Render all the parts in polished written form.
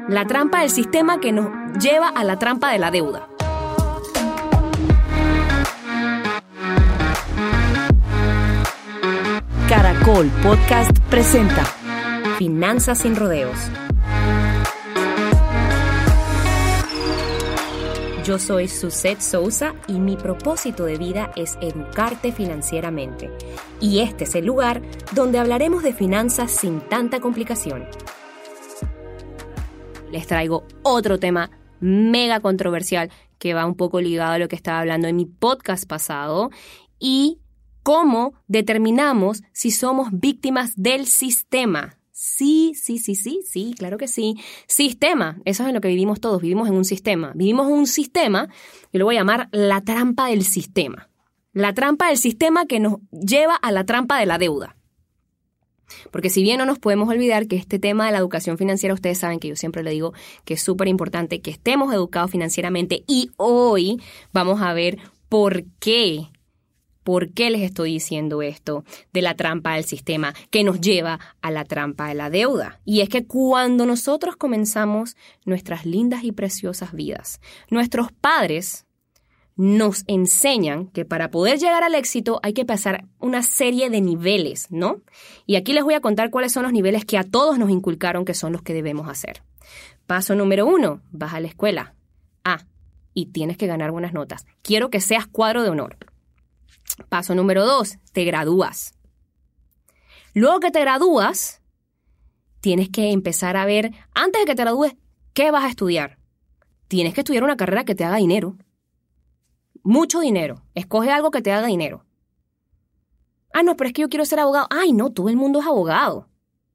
La trampa del sistema que nos lleva a la trampa de la deuda. Caracol Podcast presenta Finanzas sin rodeos. Yo soy Suzette Sousa y mi propósito de vida es educarte financieramente. Y este es el lugar donde hablaremos de finanzas sin tanta complicación. Les traigo otro tema mega controversial que va un poco ligado a lo que estaba hablando en mi podcast pasado y cómo determinamos si somos víctimas del sistema. Sí, claro que sí. Sistema, eso es en lo que vivimos todos, vivimos en un sistema. Vivimos en un sistema, yo lo voy a llamar la trampa del sistema. La trampa del sistema que nos lleva a la trampa de la deuda. Porque si bien no nos podemos olvidar que este tema de la educación financiera, ustedes saben que yo siempre le digo que es súper importante que estemos educados financieramente y hoy vamos a ver por qué. ¿Por qué les estoy diciendo esto de la trampa del sistema que nos lleva a la trampa de la deuda? Y es que cuando nosotros comenzamos nuestras lindas y preciosas vidas, nuestros padres nos enseñan que para poder llegar al éxito hay que pasar una serie de niveles, ¿no? Y aquí les voy a contar cuáles son los niveles que a todos nos inculcaron que son los que debemos hacer. Paso número 1, vas a la escuela. Y tienes que ganar buenas notas. Quiero que seas cuadro de honor. Paso número 2, te gradúas. Luego que te gradúas, tienes que empezar a ver, antes de que te gradúes, ¿qué vas a estudiar? Tienes que estudiar una carrera que te haga dinero. Mucho dinero. Escoge algo que te haga dinero. No, pero es que yo quiero ser abogado. No, todo el mundo es abogado.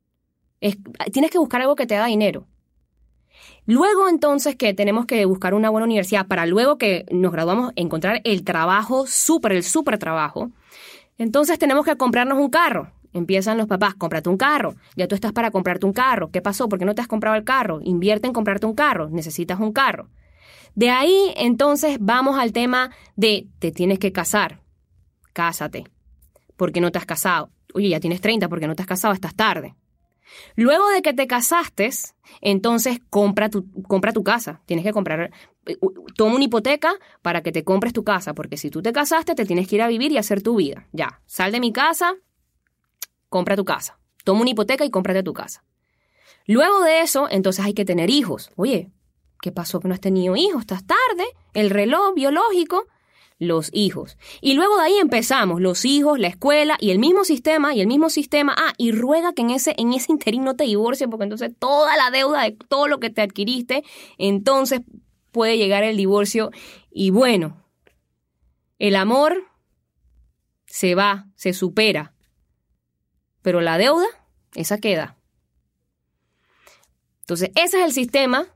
Tienes que buscar algo que te haga dinero. Luego, entonces, que tenemos que buscar una buena universidad para luego que nos graduamos encontrar el trabajo, el súper trabajo. Entonces, tenemos que comprarnos un carro. Empiezan los papás, cómprate un carro. Ya tú estás para comprarte un carro. ¿Qué pasó? ¿Por qué no te has comprado el carro? Invierte en comprarte un carro. Necesitas un carro. De ahí, entonces, vamos al tema de te tienes que casar. Cásate. ¿Por qué no te has casado? Oye, ya tienes 30, ¿por qué no te has casado? Estás tarde. Luego de que te casaste, entonces compra tu casa. Tienes que toma una hipoteca para que te compres tu casa, porque si tú te casaste te tienes que ir a vivir y hacer tu vida. Ya, sal de mi casa, compra tu casa. Toma una hipoteca y cómprate tu casa. Luego de eso, entonces hay que tener hijos. Oye, ¿qué pasó que no has tenido hijos? Estás tarde, el reloj biológico. Los hijos. Y luego de ahí empezamos, los hijos, la escuela y el mismo sistema. Y ruega que en ese interín no te divorcies, porque entonces toda la deuda de todo lo que te adquiriste, entonces puede llegar el divorcio. Y bueno, el amor se va, se supera. Pero la deuda, esa queda. Entonces, ese es el sistema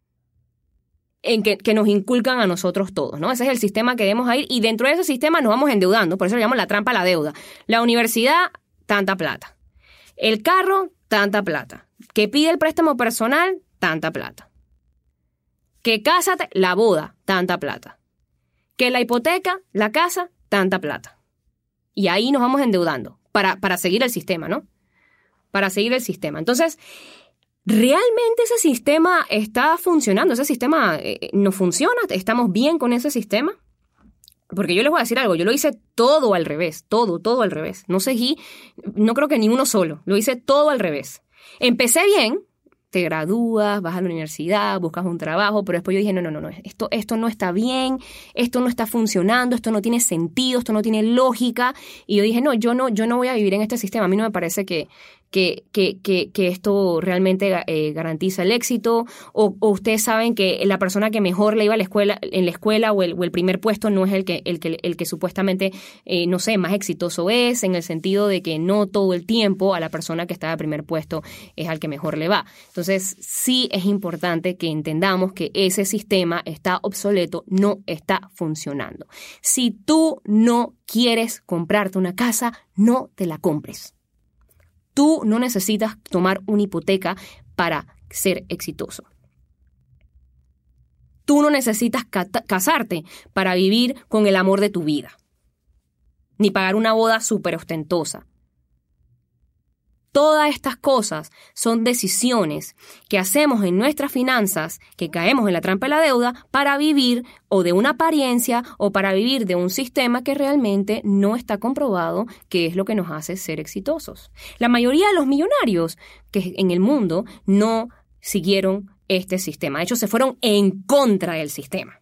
en que nos inculcan a nosotros todos, ¿no? Ese es el sistema que debemos ir y dentro de ese sistema nos vamos endeudando, por eso le llamamos la trampa a la deuda. La universidad, tanta plata. El carro, tanta plata. Que pide el préstamo personal, tanta plata. Que cásate, la boda, tanta plata. Que la hipoteca, la casa, tanta plata. Y ahí nos vamos endeudando para seguir el sistema, ¿no? Para seguir el sistema. Entonces, ¿realmente ese sistema está funcionando? ¿Ese sistema no funciona? ¿Estamos bien con ese sistema? Porque yo les voy a decir algo, yo lo hice todo al revés, todo al revés. No seguí, no creo que ni uno solo, lo hice todo al revés. Empecé bien, te gradúas, vas a la universidad, buscas un trabajo, pero después yo dije, no, esto no está bien, esto no está funcionando, esto no tiene sentido, esto no tiene lógica. Y yo dije, yo no voy a vivir en este sistema, a mí no me parece que esto realmente garantiza el éxito, o ustedes saben que la persona que mejor le iba a la escuela o el primer puesto no es el que supuestamente, no sé, más exitoso es, en el sentido de que no todo el tiempo a la persona que está de primer puesto es al que mejor le va. Entonces, sí es importante que entendamos que ese sistema está obsoleto, no está funcionando. Si tú no quieres comprarte una casa, no te la compres. Tú no necesitas tomar una hipoteca para ser exitoso. Tú no necesitas casarte para vivir con el amor de tu vida, ni pagar una boda súper ostentosa. Todas estas cosas son decisiones que hacemos en nuestras finanzas, que caemos en la trampa de la deuda para vivir o de una apariencia o para vivir de un sistema que realmente no está comprobado que es lo que nos hace ser exitosos. La mayoría de los millonarios que en el mundo no siguieron este sistema. De hecho, se fueron en contra del sistema.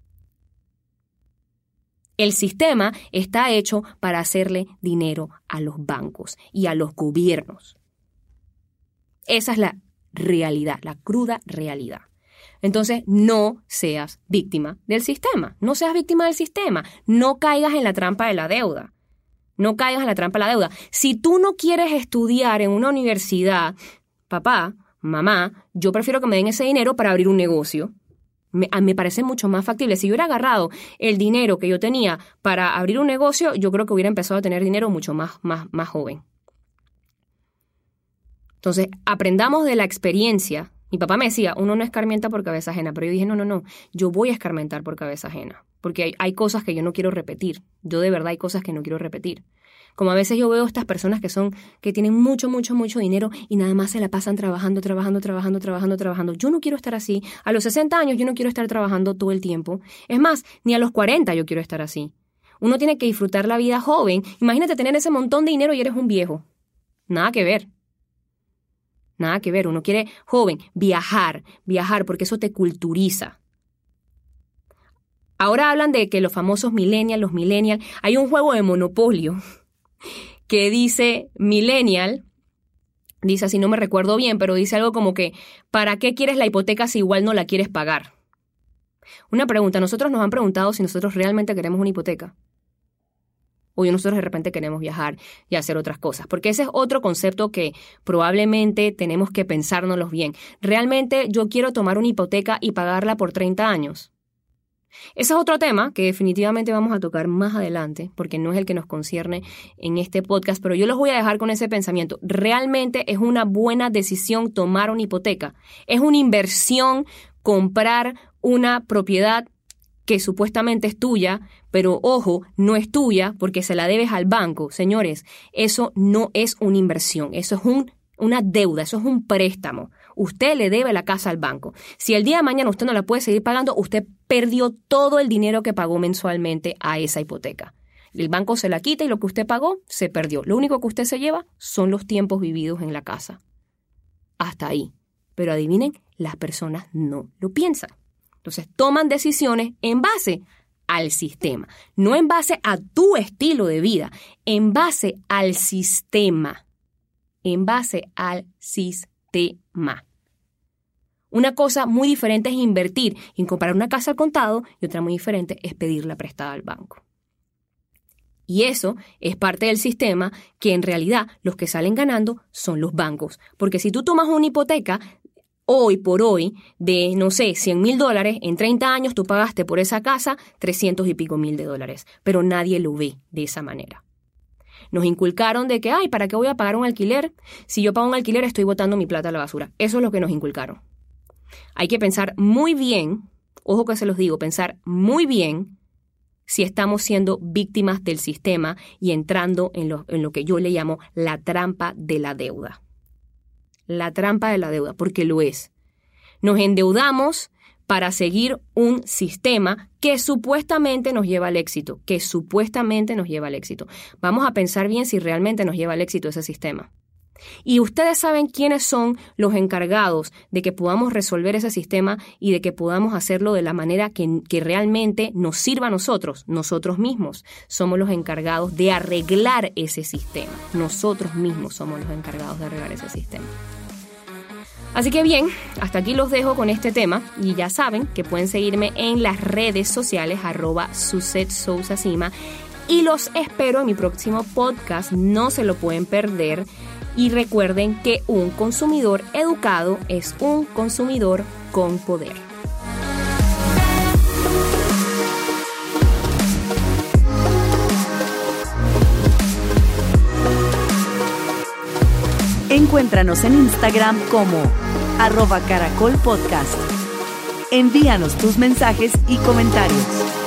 El sistema está hecho para hacerle dinero a los bancos y a los gobiernos. Esa es la realidad, la cruda realidad. Entonces, no seas víctima del sistema. No seas víctima del sistema. No caigas en la trampa de la deuda. No caigas en la trampa de la deuda. Si tú no quieres estudiar en una universidad, papá, mamá, yo prefiero que me den ese dinero para abrir un negocio. Me parece mucho más factible. Si yo hubiera agarrado el dinero que yo tenía para abrir un negocio, yo creo que hubiera empezado a tener dinero mucho más joven. Entonces, aprendamos de la experiencia. Mi papá me decía, uno no escarmienta por cabeza ajena, pero yo dije, no, yo voy a escarmentar por cabeza ajena, porque hay cosas que yo no quiero repetir. Yo de verdad hay cosas que no quiero repetir. Como a veces yo veo estas personas que tienen mucho dinero y nada más se la pasan trabajando. Yo no quiero estar así. A los 60 años yo no quiero estar trabajando todo el tiempo. Es más, ni a los 40 yo quiero estar así. Uno tiene que disfrutar la vida joven. Imagínate tener ese montón de dinero y eres un viejo. Nada que ver. Nada que ver. Uno quiere joven, viajar, porque eso te culturiza. Ahora hablan de que los famosos millennials, hay un juego de Monopolio que dice millennial, dice así, no me recuerdo bien, pero dice algo como que, ¿para qué quieres la hipoteca si igual no la quieres pagar? Una pregunta, nosotros nos han preguntado si nosotros realmente queremos una hipoteca. O nosotros de repente queremos viajar y hacer otras cosas. Porque ese es otro concepto que probablemente tenemos que pensárnoslo bien. ¿Realmente yo quiero tomar una hipoteca y pagarla por 30 años? Ese es otro tema que definitivamente vamos a tocar más adelante, porque no es el que nos concierne en este podcast, pero yo los voy a dejar con ese pensamiento. ¿Realmente es una buena decisión tomar una hipoteca? ¿Es una inversión comprar una propiedad que supuestamente es tuya, pero ojo, no es tuya porque se la debes al banco? Señores, eso no es una inversión, eso es una deuda, eso es un préstamo. Usted le debe la casa al banco. Si el día de mañana usted no la puede seguir pagando, usted perdió todo el dinero que pagó mensualmente a esa hipoteca. El banco se la quita y lo que usted pagó se perdió. Lo único que usted se lleva son los tiempos vividos en la casa. Hasta ahí. Pero adivinen, las personas no lo piensan. Entonces toman decisiones en base al sistema, no en base a tu estilo de vida, en base al sistema. En base al sistema. Una cosa muy diferente es invertir y comprar una casa al contado y otra muy diferente es pedirla prestada al banco. Y eso es parte del sistema que en realidad los que salen ganando son los bancos. Porque si tú tomas una hipoteca hoy por hoy de, no sé, $100,000, en 30 años tú pagaste por esa casa 300 y pico mil de dólares. Pero nadie lo ve de esa manera. Nos inculcaron de que, ¿para qué voy a pagar un alquiler? Si yo pago un alquiler estoy botando mi plata a la basura. Eso es lo que nos inculcaron. Hay que pensar muy bien, ojo que se los digo, pensar muy bien si estamos siendo víctimas del sistema y entrando en lo que yo le llamo la trampa de la deuda. La trampa de la deuda, porque lo es. Nos endeudamos para seguir un sistema que supuestamente nos lleva al éxito, Vamos a pensar bien si realmente nos lleva al éxito ese sistema. Y ustedes saben quiénes son los encargados de que podamos resolver ese sistema y de que podamos hacerlo de la manera que realmente nos sirva a nosotros. Nosotros mismos somos los encargados de arreglar ese sistema. Nosotros mismos somos los encargados de arreglar ese sistema. Así que bien, hasta aquí los dejo con este tema y ya saben que pueden seguirme en las redes sociales @SusetSousacima y los espero en mi próximo podcast, no se lo pueden perder y recuerden que un consumidor educado es un consumidor con poder. Encuéntranos en Instagram como @caracolpodcast. Envíanos tus mensajes y comentarios.